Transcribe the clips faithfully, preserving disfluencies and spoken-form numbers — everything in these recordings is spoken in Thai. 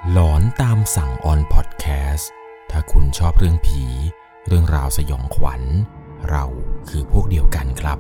หลอนตามสั่งออนพอดแคสต์ถ้าคุณชอบเรื่องผีเรื่องราวสยองขวัญเราคือพวกเดียวกันครับ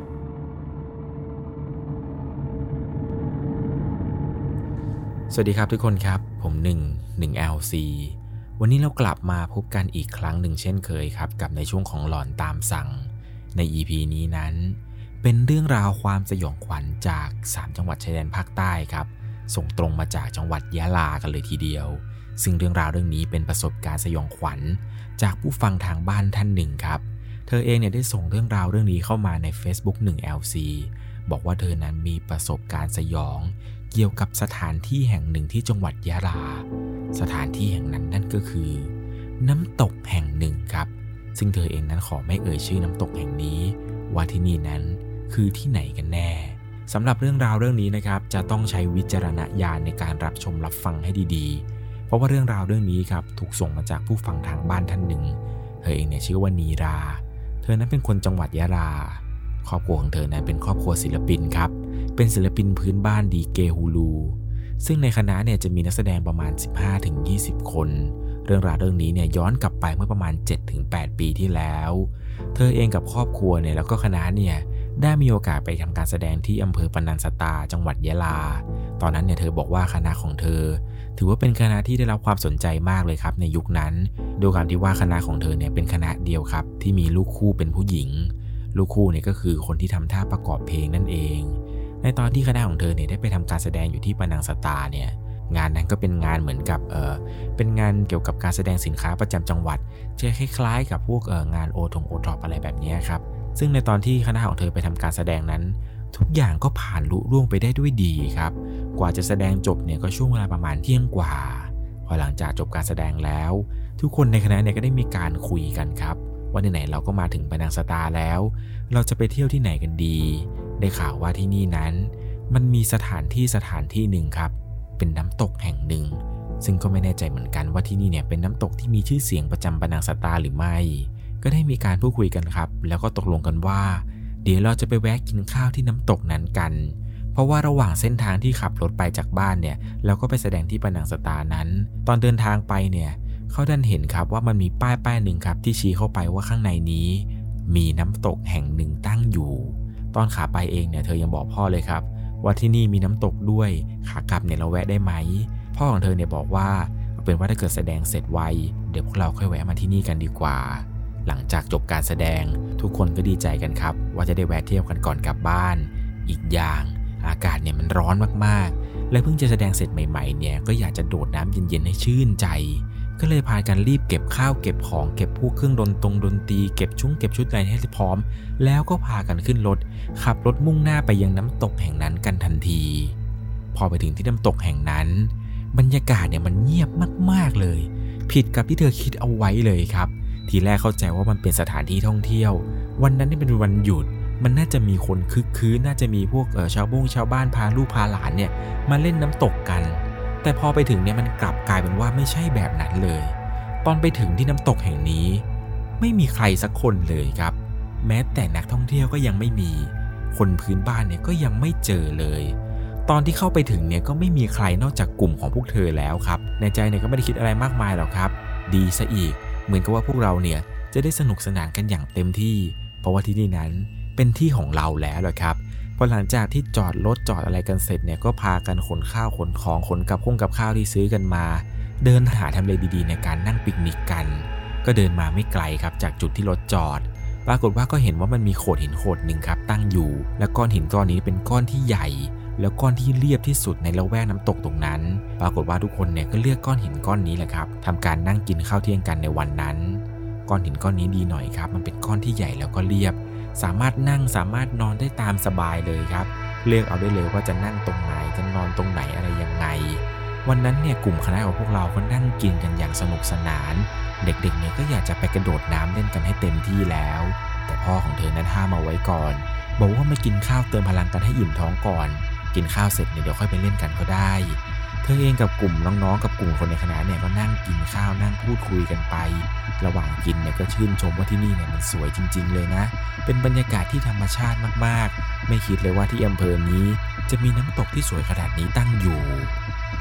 สวัสดีครับทุกคนครับผมหนึ่ง หนึ่ง แอล ซี วันนี้เรากลับมาพบกันอีกครั้งหนึ่งเช่นเคยครับกับในช่วงของหลอนตามสั่งใน อี พี นี้นั้นเป็นเรื่องราวความสยองขวัญจากสามจังหวัดชายแดนภาคใต้ครับส่งตรงมาจากจังหวัดยะลากันเลยทีเดียวซึ่งเรื่องราวเรื่องนี้เป็นประสบการณ์สยองขวัญจากผู้ฟังทางบ้านท่านหนึ่งครับเธอเองเนี่ยได้ส่งเรื่องราวเรื่องนี้เข้ามาใน Facebook หนึ่ง แอล ซี บอกว่าเธอนั้นมีประสบการณ์สยองเกี่ยวกับสถานที่แห่งหนึ่งที่จังหวัดยะลาสถานที่แห่งนั้นนั่นก็คือน้ำตกแห่งหนึ่งครับซึ่งเธอเองนั้นขอไม่เอ่ยชื่อน้ำตกแห่งนี้ว่าที่นี่นั้นคือที่ไหนกันแน่สำหรับเรื่องราวเรื่องนี้นะครับจะต้องใช้วิจารณญาณในการรับชมรับฟังให้ดีๆเพราะว่าเรื่องราวเรื่องนี้ครับถูกส่งมาจากผู้ฟังทางบ้านท่านหนึ่งเธอเองเนี่ยชื่อว่านีราเธอนั้นเป็นคนจังหวัดยะลาครอบครัวของเธอนั้นเป็นครอบครัวศิลปินครับเป็นศิลปินพื้นบ้านดีเกฮูลูซึ่งในคณะเนี่ยจะมีนักแสดงประมาณ สิบห้าถึงยี่สิบ คนเรื่องราวเรื่องนี้เนี่ยย้อนกลับไปเมื่อประมาณ เจ็ดถึงแปด ปีที่แล้วเธอเองกับครอบครัวเนี่ยแล้วก็คณะเนี่ยได้มีโอกาสไปทำการแสดงที่อำเภอปนัญชตาจังหวัดยะลาตอนนั้นเนี่ยเธอบอกว่าคณะของเธอถือว่าเป็นคณะที่ได้รับความสนใจมากเลยครับในยุคนั้นโดยความที่ว่าคณะของเธอเนี่ยเป็นคณะเดียวครับที่มีลูกคู่เป็นผู้หญิงลูกคู่เนี่ยก็คือคนที่ทำท่าประกอบเพลงนั่นเองในตอนที่คณะของเธอเนี่ยได้ไปทำการแสดงอยู่ที่ปนัญชตาเนี่ยงานนั้นก็เป็นงานเหมือนกับเออเป็นงานเกี่ยวกับการแสดงสินค้าประจำจังหวัดจะคล้ายๆกับพวกเอองานโอทงโอท็อปอะไรแบบนี้ครับซึ่งในตอนที่คณะของเธอไปทำการแสดงนั้นทุกอย่างก็ผ่านลุล่วงไปได้ด้วยดีครับกว่าจะแสดงจบเนี่ยก็ช่วงเวลาประมาณเที่ยงกว่าพอหลังจากจบการแสดงแล้วทุกคนในคณะเนี่ยก็ได้มีการคุยกันครับว่าไหนๆเราก็มาถึงปนัญชตาแล้วเราจะไปเที่ยวที่ไหนกันดีได้ข่าวว่าที่นี่นั้นมันมีสถานที่สถานที่หนึ่งครับเป็นน้ำตกแห่งหนึ่งซึ่งก็ไม่แน่ใจเหมือนกันว่าที่นี่เนี่ยเป็นน้ำตกที่มีชื่อเสียงประจำปนัญชตาหรือไม่ก็ได้มีการพูดคุยกันครับแล้วก็ตกลงกันว่าเดี๋ยวเราจะไปแวะกินข้าวที่น้ำตกนั้นกันเพราะว่าระหว่างเส้นทางที่ขับรถไปจากบ้านเนี่ยเราก็ไปแสดงที่ปนัญชตานั้นตอนเดินทางไปเนี่ยเขาดันเห็นครับว่ามันมีป้ายป้ายหนึ่งครับที่ชี้เข้าไปว่าข้างในนี้มีน้ำตกแห่งหนึ่งตั้งอยู่ตอนขาไปเองเนี่ยเธอยังบอกพ่อเลยครับว่าที่นี่มีน้ำตกด้วยขากลับเนี่ยเราแวะได้ไหมพ่อของเธอเนี่ยบอกว่าเอาเป็นว่าถ้าเกิดแสดงเสร็จไวเดี๋ยวพวกเราค่อยแวะมาที่นี่กันดีกว่าหลังจากจบการแสดงทุกคนก็ดีใจกันครับว่าจะได้แวะเที่ยวกันก่อนกลับบ้านอีกอย่างอากาศเนี่ยมันร้อนมากๆและเพิ่งจะแสดงเสร็จใหม่ๆเนี่ยก็อยากจะโดดน้ำเย็นๆให้ชื่นใจก็เลยพากันรีบเก็บข้าวเก็บของเก็บพวกเครื่องดนตรงดนตรีเก็บชุ้งเก็บชุดอะไรให้พร้อมแล้วก็พากันขึ้นรถขับรถมุ่งหน้าไปยังน้ำตกแห่งนั้นกันทันทีพอไปถึงที่น้ำตกแห่งนั้นบรรยากาศเนี่ยมันเงียบมากๆเลยผิดกับที่เธอคิดเอาไว้เลยครับทีแรกเข้าใจว่ามันเป็นสถานที่ท่องเที่ยววันนั้นนี่เป็นวันหยุดมันน่าจะมีคนคึกคืนน่าจะมีพวกเอ่อชาวบ้งชาวบ้านพาลูกพาหลานเนี่ยมาเล่นน้ำตกกันแต่พอไปถึงเนี่ยมันกลับกลายเป็นว่าไม่ใช่แบบนั้นเลยตอนไปถึงที่น้ำตกแห่งนี้ไม่มีใครสักคนเลยครับแม้แต่นักท่องเที่ยวก็ยังไม่มีคนพื้นบ้านเนี่ยก็ยังไม่เจอเลยตอนที่เข้าไปถึงเนี่ยก็ไม่มีใครนอกจากกลุ่มของพวกเธอแล้วครับในใจเนี่ยก็ไม่ได้คิดอะไรมากมายหรอกครับดีซะอีกเหมือนกับว่าพวกเราเนี่ยจะได้สนุกสนานกันอย่างเต็มที่เพราะว่าที่นี่นั้นเป็นที่ของเราแล้วแหละครับพอหลังจากที่จอดรถจอดอะไรกันเสร็จเนี่ยก็พากันขนข้าวขนของขนกับข้งกับข้าวที่ซื้อกันมาเดินหาทำเลดีๆในการนั่งปิกนิกกันก็เดินมาไม่ไกลครับจากจุดที่รถจอดปรากฏว่าก็เห็นว่ามันมีโขดหินโขดหนึ่งครับตั้งอยู่และก้อนหินก้อนนี้เป็นก้อนที่ใหญ่แล้วก้อนที่เรียบที่สุดในละแวกน้ำตกตรงนั้นปรากฏว่าทุกคนเนี่ยก็เลือกก้อนหินก้อนนี้แหละครับทำการนั่งกินข้าวเที่ยงกันในวันนั้นก้อนหินก้อนนี้ดีหน่อยครับมันเป็นก้อนที่ใหญ่แล้วก็เรียบสามารถนั่งสามารถนอนได้ตามสบายเลยครับเลือกเอาได้เลยว่าจะนั่งตรงไหนจะนอนตรงไหนอะไรยังไงวันนั้นเนี่ยกลุ่มคณะของพวกเราก็นั่งกินกันอย่างสนุกสนานเด็กๆเนี่ยก็อยากจะไปกระโดดน้ำเล่นกันให้เต็มที่แล้วแต่พ่อของเธอนั้นห้ามเอาไว้ก่อนบอกว่ามากินข้าวเติมพลังกันให้อิ่มท้องก่อนกินข้าวเสร็จเนี่ยเดี๋ยวค่อยไปเล่นกันก็ได้เธอเองกับกลุ่มน้องๆกับกลุ่มคนในคณะเนี่ยก็นั่งกินข้าวนั่งพูดคุยกันไประหว่างกินเนี่ยก็ชื่นชมว่าที่นี่เนี่ยมันสวยจริงๆเลยนะเป็นบรรยากาศที่ธรรมชาติมากๆไม่คิดเลยว่าที่อำเภอนี้จะมีน้ำตกที่สวยขนาดนี้ตั้งอยู่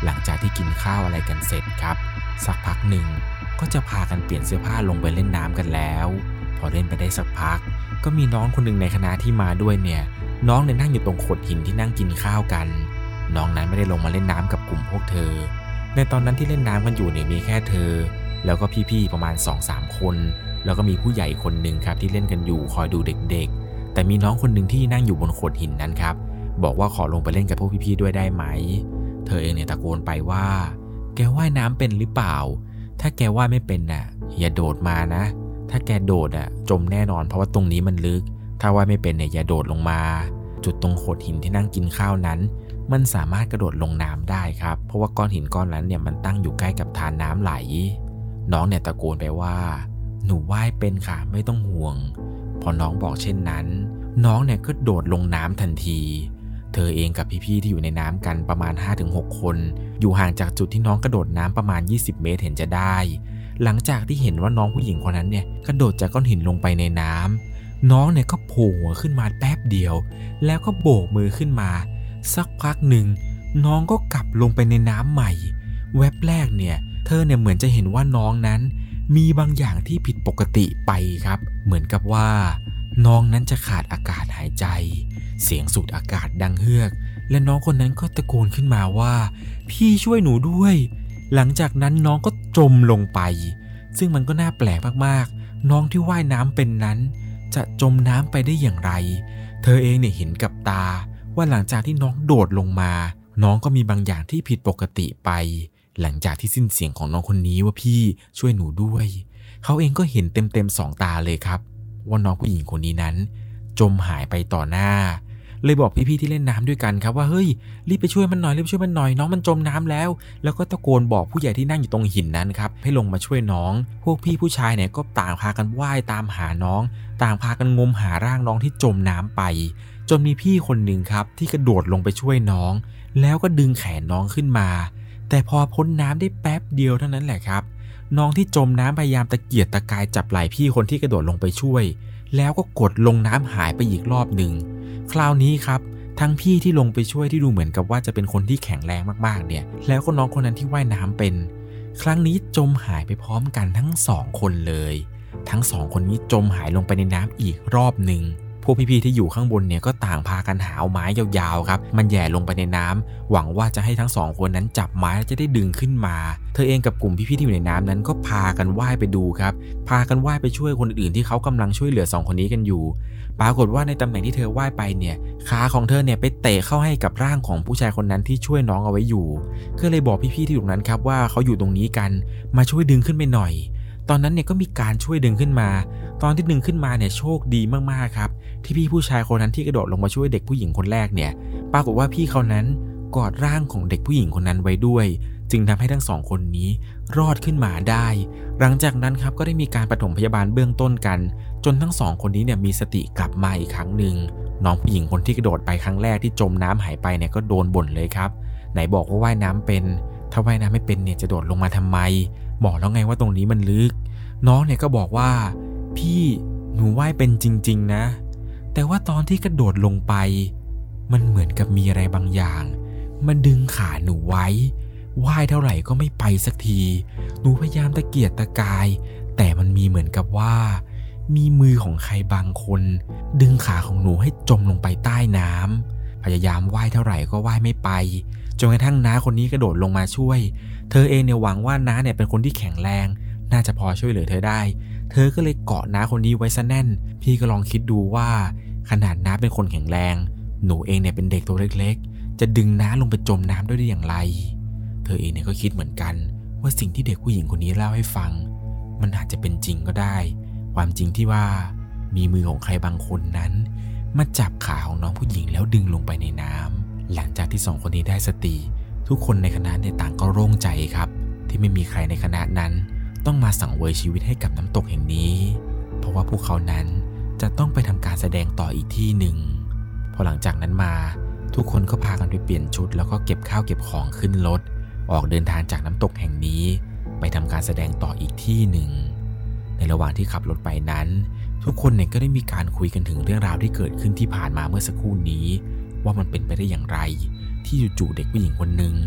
หลังจากที่กินข้าวอะไรกันเสร็จครับสักพักหนึ่งก็จะพากันเปลี่ยนเสื้อผ้าลงไปเล่นน้ำกันแล้วพอเล่นไปได้สักพักก็มีน้องคนหนึ่งในคณะที่มาด้วยเนี่ยน้องเนี่ยนั่งอยู่ตรงโขดหินที่นั่งกินข้าวกันน้องนั้นไม่ได้ลงมาเล่นน้ำกับกลุ่มพวกเธอในตอนนั้นที่เล่นน้ำกันอยู่เนี่ยมีแค่เธอแล้วก็พี่ๆประมาณ สองสาม คนแล้วก็มีผู้ใหญ่คนหนึ่งครับที่เล่นกันอยู่คอยดูเด็กๆแต่มีน้องคนหนึ่งที่นั่งอยู่บนโขดหินนั้นครับบอกว่าขอลงไปเล่นกับพวกพี่ๆด้วยได้ไหมเธอเองเนี่ยตะโกนไปว่าแกว่ายน้ำเป็นหรือเปล่าถ้าแกว่ายไม่เป็นน่ะอย่าโดดมานะถ้าแกโดดอ่ะจมแน่นอนเพราะว่าตรงนี้มันลึกถ้าว่ายไม่เป็นเนี่ยอย่าโดดลงมาจุดตรงโขดหินที่นั่งกินข้าวนั้นมันสามารถกระโดดลงน้ำได้ครับเพราะว่าก้อนหินก้อนนั้นเนี่ยมันตั้งอยู่ใกล้กับทานน้ำไหลน้องเนี่ยตะโกนไปว่าหนูว่ายเป็นค่ะไม่ต้องห่วงพอน้องบอกเช่นนั้นน้องเนี่ยก็โดดลงน้ำทันทีเธอเองกับพี่ๆที่อยู่ในน้ำกันประมาณ ห้าถึงหก คนอยู่ห่างจากจุดที่น้องกระโดดน้ำประมาณยี่สิบเมตรเห็นจะได้หลังจากที่เห็นว่าน้องผู้หญิงคนนั้นเนี่ยกระโดดจากก้อนหินลงไปในน้ำน้องเนี่ยก็โผล่หัวขึ้นมาแป๊บเดียวแล้วก็โบกมือขึ้นมาสักพักหนึ่งน้องก็กลับลงไปในน้ำใหม่แวบแรกเนี่ยเธอเนี่ยเหมือนจะเห็นว่าน้องนั้นมีบางอย่างที่ผิดปกติไปครับเหมือนกับว่าน้องนั้นจะขาดอากาศหายใจเสียงสูดอากาศดังเฮือกและน้องคนนั้นก็ตะโกนขึ้นมาว่าพี่ช่วยหนูด้วยหลังจากนั้นน้องก็จมลงไปซึ่งมันก็น่าแปลกมากๆน้องที่ว่ายน้ำเป็นนั้นจะจมน้ำไปได้อย่างไรเธอเองเนี่ยเห็นกับตาว่าหลังจากที่น้องโดดลงมาน้องก็มีบางอย่างที่ผิดปกติไปหลังจากที่สิ้นเสียงของน้องคนนี้ว่าพี่ช่วยหนูด้วยเขาเองก็เห็นเต็มๆสองตาเลยครับว่าน้องผู้หญิงคนนี้นั้นจมหายไปต่อหน้าเลยบอกพี่ๆที่เล่นน้ำด้วยกันครับว่าเฮ้ยรีบไปช่วยมันหน่อยรีบช่วยมันหน่อยน้องมันจมน้ำแล้วแล้วก็ตะโกนบอกผู้ใหญ่ที่นั่งอยู่ตรงหินนั้นครับให้ลงมาช่วยน้องพวกพี่ผู้ชายเนี่ยก็ต่างพากันว่ายตามหาน้องต่างพากันงมหาร่างน้องที่จมน้ำไปจนมีพี่คนหนึ่งครับที่กระโดดลงไปช่วยน้องแล้วก็ดึงแขนน้องขึ้นมาแต่พอพ้นน้ำได้แป๊บเดียวเท่านั้นแหละครับน้องที่จมน้ำพยายามตะเกียกตะกายจับไหล่พี่คนที่กระโดดลงไปช่วยแล้วก็กดลงน้ำหายไปอีกรอบหนึ่งคราวนี้ครับทั้งพี่ที่ลงไปช่วยที่ดูเหมือนกับว่าจะเป็นคนที่แข็งแรงมากๆเนี่ยแล้วก็น้องคนนั้นที่ว่ายน้ำเป็นครั้งนี้จมหายไปพร้อมกันทั้งสองคนเลยทั้งสองคนนี้จมหายลงไปในน้ำอีกรอบหนึ่งพวกพี่ๆที่อยู่ข้างบนเนี่ยก็ต่างพากันหาไม้ยาวๆครับมันแย่ลงไปในน้ำหวังว่าจะให้ทั้งสองคนนั้นจับไม้แล้วจะได้ดึงขึ้นมาเธอเองกับกลุ่มพี่ๆที่อยู่ในน้ำนั้นก็พากันว่ายไปดูครับพากันว่ายไปช่วยคนอื่นที่เขากำลังช่วยเหลือสองคนนี้กันอยู่ปรากฏว่าในตำแหน่งที่เธอว่ายไปเนี่ยขาของเธอเนี่ยไปเตะเข้าให้กับร่างของผู้ชายคนนั้นที่ช่วยน้องเอาไว้อยู่ก็เลยบอกพี่ๆที่อยู่ตรงนั้นครับว่าเขาอยู่ตรงนี้กันมาช่วยดึงขึ้นไปหน่อยตอนนั้นเนี่ยก็มีการช่วยดึงขึ้นมาตอนที่ดึงขึ้นมาเนี่ยโชคดีมากๆครับที่พี่ผู้ชายคนนั้นที่กระโดดลงมาช่วยเด็กผู้หญิงคนแรกเนี่ยปรากฏว่าพี่เขานั้นกอดร่างของเด็กผู้หญิงคนนั้นไว้ด้วยจึงทำให้ทั้งสองคนนี้รอดขึ้นมาได้หลังจากนั้นครับก็ได้มีการปฐมพยาบาลเบื้องต้นกันจนทั้งสองคนนี้เนี่ยมีสติกลับมาอีกครั้งหนึ่งน้องผู้หญิงคนที่กระโดดไปครั้งแรกที่จมน้ำหายไปเนี่ยก็โดนบ่นเลยครับไหนบอกว่าว่ายน้ำเป็นถ้าว่ายน้ำไม่เป็นเนี่ยจะโดดลงมาทำไมบอกแล้วไงว่าตรงนี้มันลึกน้องเนี่ยก็บอกว่าพี่หนูว่ายเป็นจริงๆนะแต่ว่าตอนที่กระโดดลงไปมันเหมือนกับมีอะไรบางอย่างมันดึงขาหนูไว้ว่ายเท่าไหร่ก็ไม่ไปสักทีหนูพยายามตะเกียกตะกายแต่มันมีเหมือนกับว่ามีมือของใครบางคนดึงขาของหนูให้จมลงไปใต้น้ำพยายามว่ายเท่าไหร่ก็ว่ายไม่ไปจนกระทั่งน้าคนนี้กระโดดลงมาช่วยเธอเองเนี่ยหวังว่าน้าเนี่ยเป็นคนที่แข็งแรงน่าจะพอช่วยเหลือเธอได้เธอก็เลยเกาะน้าคนนี้ไว้ซะแน่นพี่ก็ลองคิดดูว่าขนาดน้าเป็นคนแข็งแรงหนูเองเนี่ยเป็นเด็กตัวเล็กๆจะดึงน้าลงไปจมน้ำด้วยได้อย่างไรเธอเองเนี่ยก็คิดเหมือนกันว่าสิ่งที่เด็กผู้หญิงคนนี้เล่าให้ฟังมันอาจจะเป็นจริงก็ได้ความจริงที่ว่ามีมือของใครบางคนนั้นมาจับขาของน้องผู้หญิงแล้วดึงลงไปในน้ำหลังจากที่สองคนนี้ได้สติทุกคนในคณะเนี่ยต่างก็โล่งใจครับที่ไม่มีใครในคณะนั้นต้องมาสังเวยชีวิตให้กับน้ำตกแห่งนี้เพราะว่าพวกเขานั้นจะต้องไปทำการแสดงต่ออีกที่หนึ่งพอหลังจากนั้นมาทุกคนก็พากันไปเปลี่ยนชุดแล้วก็เก็บข้าวเก็บของขึ้นรถออกเดินทางจากน้ำตกแห่งนี้ไปทำการแสดงต่ออีกที่หนึ่งในระหว่างที่ขับรถไปนั้นทุกคนเนี่ยก็ได้มีการคุยกันถึงเรื่องราวที่เกิดขึ้นที่ผ่านมาเมื่อสักครู่นี้ว่ามันเป็นไปได้อย่างไรที่จู่ๆเด็กผู้หญิงคนหนึ่ง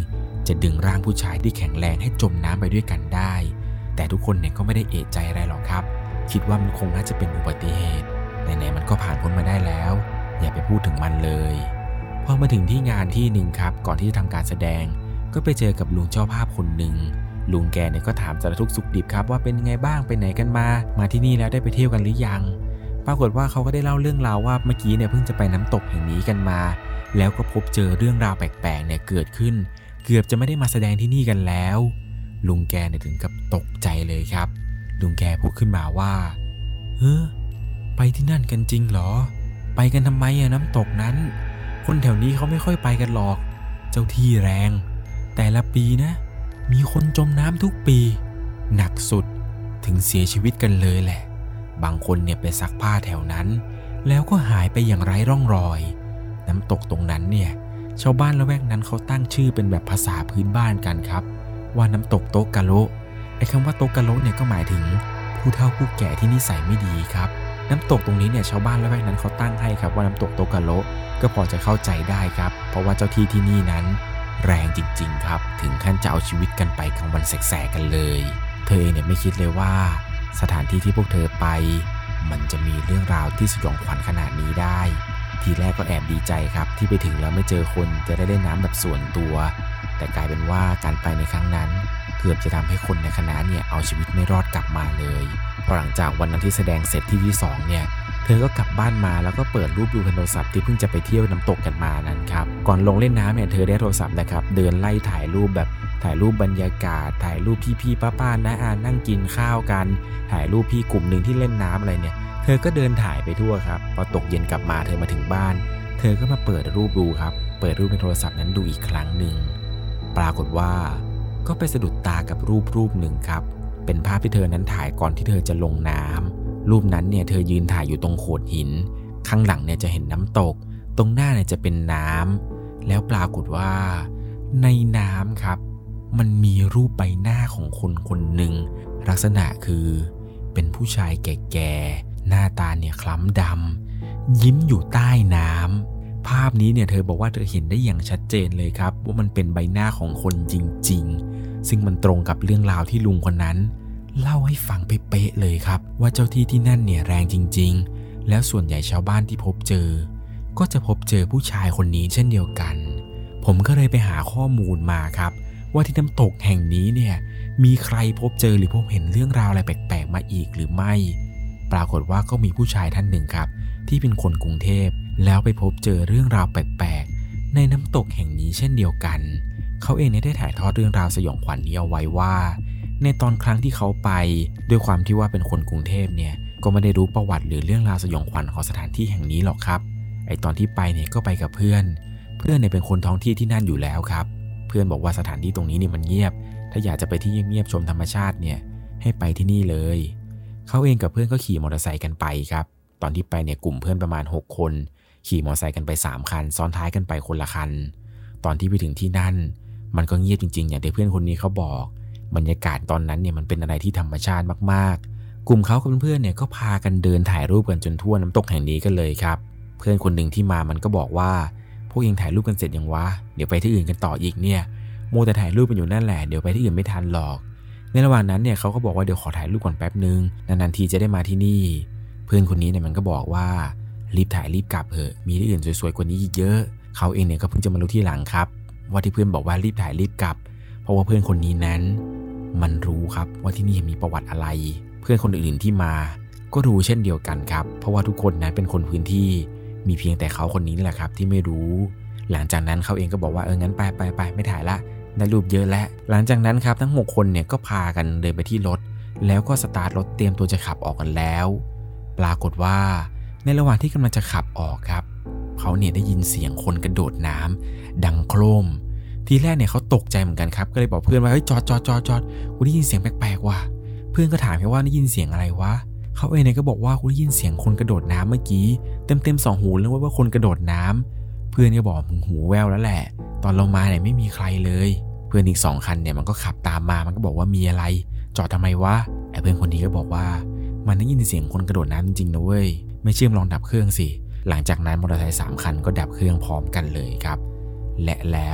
จะดึงร่างผู้ชายที่แข็งแรงให้จมน้ำไปด้วยกันได้แต่ทุกคนเนี่ยก็ไม่ได้เอะใจอะไรหรอกครับคิดว่ามันคงน่าจะเป็นอุบัติเหตุไหนๆมันก็ผ่านพ้นมาได้แล้วอย่าไปพูดถึงมันเลยพอมาถึงที่งานที่หนึ่งครับก่อนที่จะทำการแสดงก็ไปเจอกับลุงเจ้าภาพคนหนึ่งลุงแกเนี่ยก็ถามสารทุกข์สุขดิบครับว่าเป็นไงบ้างไปไหนกันมามาที่นี่แล้วได้ไปเที่ยวกันหรือยังปรากฏว่าเขาก็ได้เล่าเรื่องราวว่าเมื่อกี้เนี่ยเพิ่งจะไปน้ำตกแห่งนี้กันมาแล้วก็พบเจอเรื่องราวแปลกๆเนี่ยเกิดขึ้นเกือบจะไม่ได้มาแสดงที่นี่กันแล้วลุงแกเนี่ยถึงกับตกใจเลยครับลุงแกพูดขึ้นมาว่าเฮ้อไปที่นั่นกันจริงเหรอไปกันทำไมอะน้ำตกนั้นคนแถวนี้เขาไม่ค่อยไปกันหรอกเจ้าที่แรงแต่ละปีนะมีคนจมน้ำทุกปีหนักสุดถึงเสียชีวิตกันเลยแหละบางคนเนี่ยไปซักผ้าแถวนั้นแล้วก็หายไปอย่างไร้ร่องรอยน้ำตกตรงนั้นเนี่ยชาวบ้านละแวกนั้นเขาตั้งชื่อเป็นแบบภาษาพื้นบ้านกันครับว่าน้ำตกโตกะโลไอ้คำว่าโตกะโลเนี่ยก็หมายถึงผู้เฒ่าผู้แก่ที่นิสัยไม่ดีครับน้ำตกตรงนี้เนี่ยชาวบ้านละแวกนั้นเขาตั้งให้ครับว่าน้ำตกโตกะโลก็พอจะเข้าใจได้ครับเพราะว่าเจ้าที่ที่นี่นั้นแรงจริงๆครับถึงขั้นจะเอาชีวิตกันไปกลางวันแสกๆกันเลยเธอเองเนี่ยไม่คิดเลยว่าสถานที่ที่พวกเธอไปมันจะมีเรื่องราวที่สยองขวัญขนาดนี้ได้ทีแรกก็แอบดีใจครับที่ไปถึงแล้วไม่เจอคนจะได้เล่นน้ำแบบส่วนตัวแต่กลายเป็นว่าการไปในครั้งนั้นเกือบจะทำให้คนในคณะเนี่ยเอาชีวิตไม่รอดกลับมาเลยพอหลังจากวันนั้นที่แสดงเสร็จที่ที่สองเนี่ยเธอก็กลับบ้านมาแล้วก็เปิดรูปดูโทรศัพท์ที่เพิ่งจะไปเที่ยวน้ำตกกันมานั้นครับก่อนลงเล่นน้ำเนี่ยเธอได้โทรศัพท์นะครับเดินไล่ถ่ายรูปแบบถ่ายรูปบรรยากาศถ่ายรูปพี่ๆป้าๆน้าอานั่งกินข้าวกันถ่ายรูปพี่กลุ่มหนึ่งที่เล่นน้ำอะไรเนี่ยเธอก็เดินถ่ายไปทั่วครับพอตกเย็นกลับมาเธอมาถึงบ้านเธอก็มาเปิดรูปดูครับเปิดรูปในโทรศัพท์นั้นดูอีกครั้งหนึ่งปรากฏว่าก็ไปสะดุดตากับรูปรูปหนึ่งครับเป็นภาพที่เธอนั้นถ่ายก่อนที่เธอจะลงน้ำรูปนั้นเนี่ยเธอยืนถ่ายอยู่ตรงโขดหินข้างหลังเนี่ยจะเห็นน้ำตกตรงหน้าเนี่ยจะเป็นน้ำแล้วปรากฏว่าในน้ำครับมันมีรูปใบหน้าของคนคนหนึ่งลักษณะคือเป็นผู้ชายแก่ๆหน้าตาเนี่ยคล้ำดำยิ้มอยู่ใต้น้ำภาพนี้เนี่ยเธอบอกว่าเธอเห็นได้อย่างชัดเจนเลยครับว่ามันเป็นใบหน้าของคนจริงๆซึ่งมันตรงกับเรื่องราวที่ลุงคนนั้นเล่าให้ฟังเป๊ะๆเลยครับว่าเจ้าที่ที่นั่นเนี่ยแรงจริงๆแล้วส่วนใหญ่ชาวบ้านที่พบเจอก็จะพบเจอผู้ชายคนนี้เช่นเดียวกันผมก็เลยไปหาข้อมูลมาครับว่าที่น้ำตกแห่งนี้เนี่ยมีใครพบเจอหรือพบเห็นเรื่องราวอะไรแปลกๆมาอีกหรือไม่ปรากฏว่าก็มีผู้ชายท่านหนึ่งครับที่เป็นคนกรุงเทพแล้วไปพบเจอเรื่องราวแปลกๆในน้ำตกแห่งนี้เช่นเดียวกันเขาเองได้ถ่ายทอดเรื่องราวสยองขวัญนี้เอาไว้ว่าในตอนครั้งที่เขาไปด้วยความที่ว่าเป็นคนกรุงเทพเนี่ยก็ไม่ได้รู้ประวัติหรือเรื่องราวสยองขวัญของสถานที่แห่งนี้หรอกครับไอตอนที่ไปเนี่ยก็ไปกับเพื่อนเพื่อนเนี่ยเป็นคนท้องที่ที่นั่นอยู่แล้วครับเพื่อนบอกว่าสถานที่ตรงนี้เนี่ยมันเงียบถ้าอยากจะไปที่เงียบๆชมธรรมชาติเนี่ยให้ไปที่นี่เลยเขาเองกับเพื่อนก็ขี่มอเตอร์ไซค์กันไปครับตอนที่ไปเนี่ยกลุ่มเพื่อนประมาณหกคนขี่มอเตอร์ไซค์กันไปสามคันซ้อนท้ายกันไปคนละคันตอนที่ไปถึงที่นั่นมันก็เงียบจริงๆอย่างที่เพื่อนคนนี้เขาบอกบรรยากาศตอนนั้นเนี่ยมันเป็นอะไรที่ธรรมชาติมากๆกลุ่มเขากับเพื่อนๆเนี่ยก็พากันเดินถ่ายรูปกันจนทั่วน้ำตกแห่งนี้กันเลยครับเพื่อนคนหนึ่งที่มามันก็บอกว่าพวกเองถ่ายรูปกันเสร็จยังวะเดี๋ยวไปที่อื่นกันต่ออีกเนี่ยโมแต่ถ่ายรูปกันอยู่นั่นแหละเดี๋ยวไปที่อื่นไม่ทันหรอกในระหว่างนั้นเนี่ยเขาก็บอกว่าเดี๋ยวขอถ่ายรูปก่อนแป๊บนึงนานๆทีจะได้มาที่นี่เพื่อนคนนี้เนี่ยมันก็บอกว่ารีบถ่ายรีบกลับเถอะมีที่อื่นสวยๆกว่านี้อีกเยอะเขาเองเนี่ยก็เพิ่งจะมารู้ที่หลังครับว่าที่เพื่อนบอกว่ารีบถ่ายรีบกลับเพราะว่าเพื่อนคนนี้นั้นมันรู้ครับว่าที่นี่มีประวัติอะไรเพื่อนคนอื่นๆที่มาก็รู้เช่นเดียวกันครับเพราะว่าทุกคนนั้นเป็นคนพื้นที่มีเพียงแต่เขาคนนี้แหละครับที่ไม่รู้หลังจากนั้นเขาเองก็บอกว่าเอองั้นไปไปไปไม่ถ่ายละได้รูปเยอะแล้วหลังจากนั้นครับทั้งหกคนเนี่ยก็พากันเดินไปที่รถแล้วก็สตาร์ทรถเตรียมตัวจะขับออกกันแล้วปรากฏว่าในระหว่างที่กำลังจะขับออกครับเขาเนี่ยได้ยินเสียงคนกระโดดน้ำดังโครมทีแรกเนี่ยเขาตกใจเหมือนกันครับก็เลยบอกเพื่อนว่าเฮ้ยจอดจอดจอดจอดกูได้ยินเสียงแปลกๆว่ะเพื่อนก็ถามแค่ว่าได้ยินเสียงอะไรวะเขาเองเนี่ยก็บอกว่ากูได้ยินเสียงคนกระโดดน้ำเมื่อกี้เต็มเต็มสองหูเลยว่าคนกระโดดน้ำเพื่อนก็บอกมึงหูแว่วแล้วแหละตอนเรามาเนี่ยไม่มีใครเลยเพื่อนอีกสองคันเนี่ยมันก็ขับตามมามันก็บอกว่ามีอะไรจอดทำไมวะไอ้เพื่อนคนนี้ก็บอกว่ามันได้ยินเสียงคนกระโดดน้ำจริงๆนะเว้ยไม่เชื่อลองดับเครื่องสิหลังจากนั้นมอเตอร์ไซค์สามคันก็ดับเครื่องพร้อมกันเลยครับและแล้ว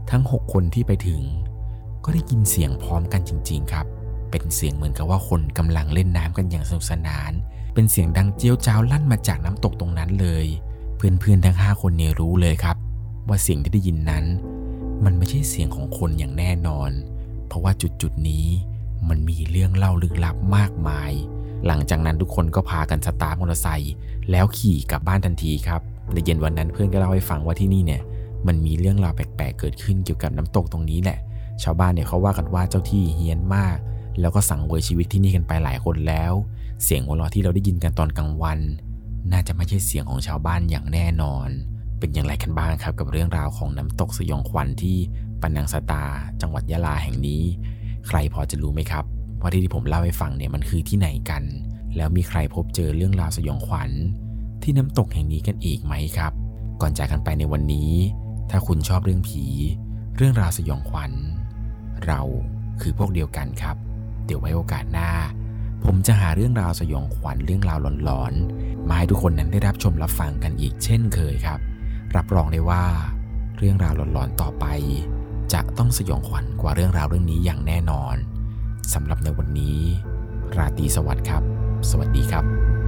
ทั้งหกคนที่ไปถึงก็ได้ยินเสียงพร้อมกันจริงๆครับเป็นเสียงเหมือนกับว่าคนกำลังเล่นน้ำกันอย่างสนุกสนานเป็นเสียงดังเจี๊ยวจ้าวลั่นมาจากน้ำตกตรงนั้นเลยเพื่อนๆทั้งห้าคนเนี่ยรู้เลยครับว่าเสียงที่ได้ยินนั้นมันไม่ใช่เสียงของคนอย่างแน่นอนเพราะว่าจุดๆนี้มันมีเรื่องเล่าลึกลับมากมายหลังจากนั้นทุกคนก็พากันสตาร์ทมอเตอร์ไซค์แล้วขี่กลับบ้านทันทีครับในเย็นวันนั้นเพื่อนก็เล่าให้ฟังว่าที่นี่เนี่ยมันมีเรื่องราวแปลกๆเกิดขึ้นเกี่ยวกับน้ำตกตรงนี้แหละชาวบ้านเนี่ยเขาว่ากันว่าเจ้าที่เฮี้ยนมากแล้วก็สังเวยชีวิตที่นี่กันไปหลายคนแล้วเสียงหัวเราะที่เราได้ยินกันตอนกลางวันน่าจะไม่ใช่เสียงของชาวบ้านอย่างแน่นอนเป็นอย่างไรกันบ้างครับกับเรื่องราวของน้ำตกสยองขวัญที่ปะนังสตาจังหวัดยะลาแห่งนี้ใครพอจะรู้ไหมครับว่าที่ที่ผมเล่าให้ฟังเนี่ยมันคือที่ไหนกันแล้วมีใครพบเจอเรื่องราวสยองขวัญที่น้ำตกแห่งนี้กันอีกไหมครับก่อนจากกันไปในวันนี้ถ้าคุณชอบเรื่องผีเรื่องราวสยองขวัญเราคือพวกเดียวกันครับเดี๋ยวไว้โอกาสหน้าผมจะหาเรื่องราวสยองขวัญเรื่องราวหลอนๆมาให้ทุกคนนั้นได้รับชมรับฟังกันอีกเช่นเคยครับรับรองได้ว่าเรื่องราวหลอนๆต่อไปจะต้องสยองขวัญกว่าเรื่องราวเรื่องนี้อย่างแน่นอนสำหรับในวันนี้ราตรีสวัสดิ์ครับสวัสดีครับ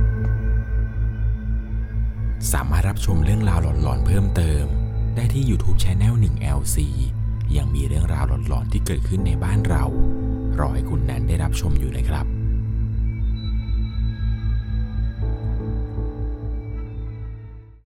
สามารถรับชมเรื่องราวหลอนๆเพิ่มเติมได้ที่ YouTube Channel หนึ่ง แอล ซี ยังมีเรื่องราวหลอนๆที่เกิดขึ้นในบ้านเรารอให้คุณนั้นได้รับชมอยู่นะครับ